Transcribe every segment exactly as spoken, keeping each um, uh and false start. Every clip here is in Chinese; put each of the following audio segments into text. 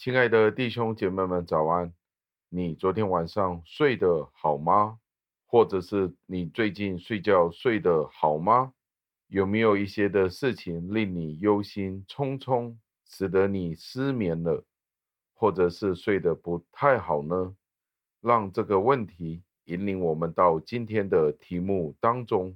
亲爱的弟兄姐妹们，早安！你昨天晚上睡得好吗？或者是你最近睡觉睡得好吗？有没有一些的事情令你忧心忡忡，使得你失眠了，或者是睡得不太好呢？让这个问题引领我们到今天的题目当中。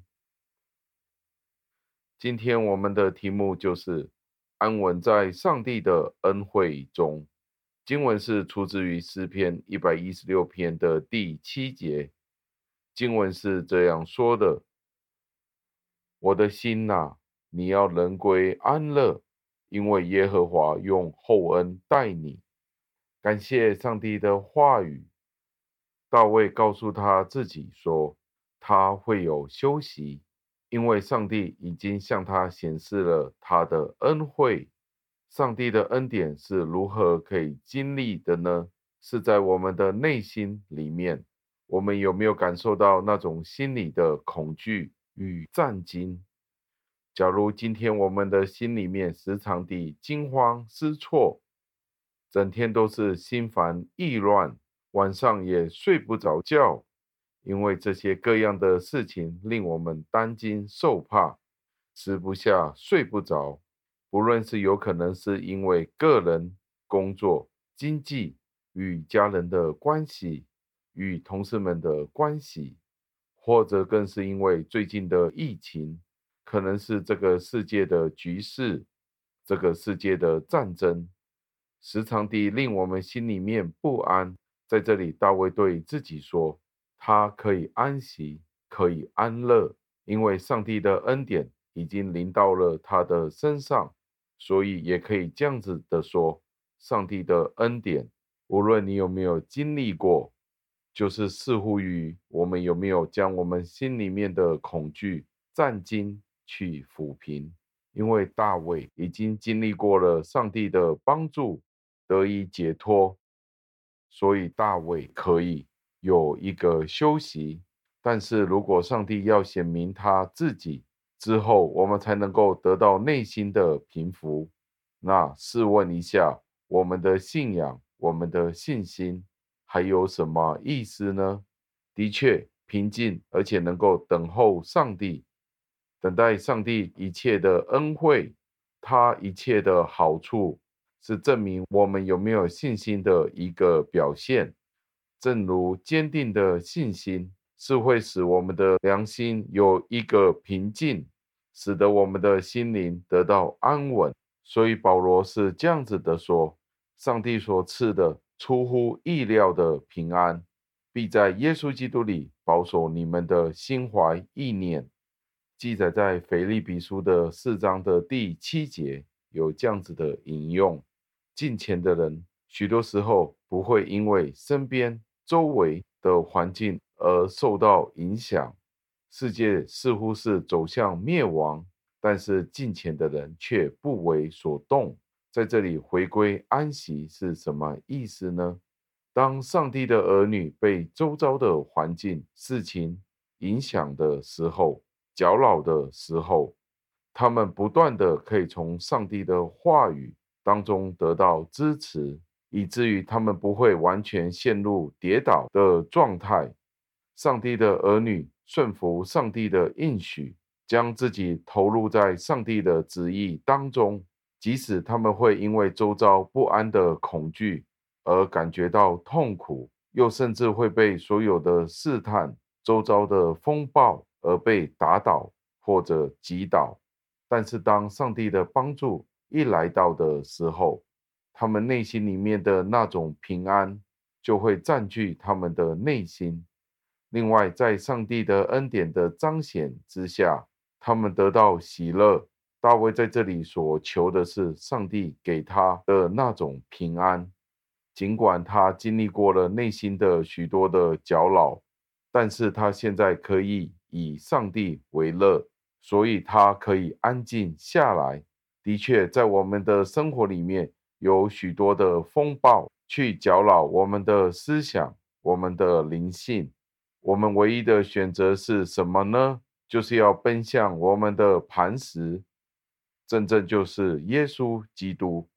今天我们的题目就是安稳在上帝的恩惠中。经文是出自于诗篇一百一十六篇的第七节。经文是这样说的：我的心哪，你要人归安乐，因为耶和华用厚恩待你。感谢上帝的话语。大卫告诉他自己说，他会有休息，因为上帝已经向他显示了他的恩惠。上帝的恩典是如何可以经历的呢？是在我们的内心里面，我们有没有感受到那种心理的恐惧与战惊？假如今天我们的心里面时常地惊慌失措，整天都是心烦意乱，晚上也睡不着觉，因为这些各样的事情令我们担惊受怕，吃不下睡不着。不论是有可能是因为个人、工作、经济与家人的关系，与同事们的关系，或者更是因为最近的疫情，可能是这个世界的局势，这个世界的战争，时常地令我们心里面不安。在这里，大卫对自己说，他可以安息，可以安乐，因为上帝的恩典已经临到了他的身上。所以也可以这样子的说，上帝的恩典，无论你有没有经历过，就是似乎于我们有没有将我们心里面的恐惧、战惊去抚平。因为大卫已经经历过了上帝的帮助，得以解脱，所以大卫可以有一个休息。但是如果上帝要显明他自己之后，我们才能够得到内心的平服。那试问一下，我们的信仰、我们的信心还有什么意思呢？的确，平静，而且能够等候上帝，等待上帝一切的恩惠，他一切的好处，是证明我们有没有信心的一个表现。正如坚定的信心是会使我们的良心有一个平静，使得我们的心灵得到安稳。所以保罗是这样子的说，上帝所赐的出乎意料的平安，必在耶稣基督里保守你们的心怀意念。记载在腓立比书的四章的第七节，有这样子的引用。敬虔的人许多时候不会因为身边周围的环境而受到影响，世界似乎是走向灭亡，但是敬虔的人却不为所动。在这里回归安息是什么意思呢？当上帝的儿女被周遭的环境、事情影响的时候，搅扰的时候，他们不断的可以从上帝的话语当中得到支持，以至于他们不会完全陷入跌倒的状态。上帝的儿女顺服上帝的应许，将自己投入在上帝的旨意当中，即使他们会因为周遭不安的恐惧而感觉到痛苦，又甚至会被所有的试探、周遭的风暴而被打倒或者击倒。但是当上帝的帮助一来到的时候，他们内心里面的那种平安就会占据他们的内心。另外，在上帝的恩典的彰显之下，他们得到喜乐。大卫在这里所求的是上帝给他的那种平安，尽管他经历过了内心的许多的搅扰，但是他现在可以以上帝为乐，所以他可以安静下来。的确，在我们的生活里面有许多的风暴去搅扰我们的思想、我们的灵性。我们唯一的选择是什么呢？就是要奔向我们的磐石，真正就是耶稣基督。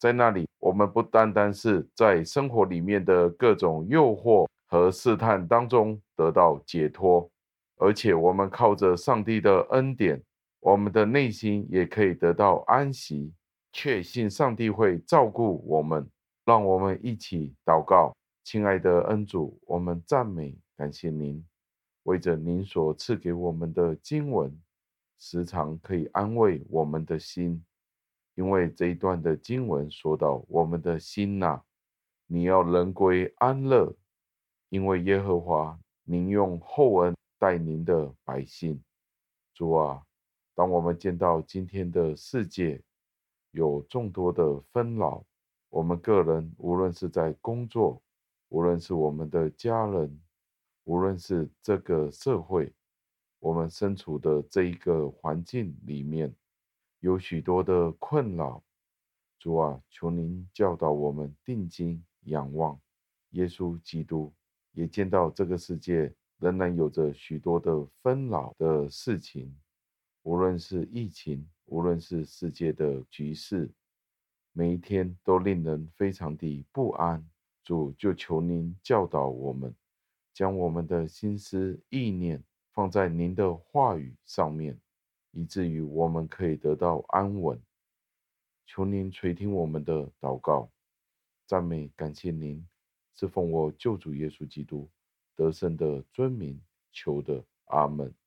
在那里，我们不单单是在生活里面的各种诱惑和试探当中得到解脱，而且我们靠着上帝的恩典，我们的内心也可以得到安息，确信上帝会照顾我们。让我们一起祷告。亲爱的恩主，我们赞美感谢您，为着您所赐给我们的经文，时常可以安慰我们的心。因为这一段的经文说到，我们的心呐、你要人归安乐，因为耶和华您用厚恩待您的百姓。主啊，当我们见到今天的世界有众多的纷扰，我们个人无论是在工作，无论是我们的家人，无论是这个社会，我们身处的这一个环境里面，有许多的困扰。主啊，求您教导我们定睛仰望耶稣基督，也见到这个世界仍然有着许多的纷扰的事情，无论是疫情，无论是世界的局势，每一天都令人非常的不安。主，就求您教导我们，将我们的心思意念放在您的话语上面，以至于我们可以得到安稳。求您垂听我们的祷告，赞美感谢您，是奉我救主耶稣基督得胜的尊名求的，阿门。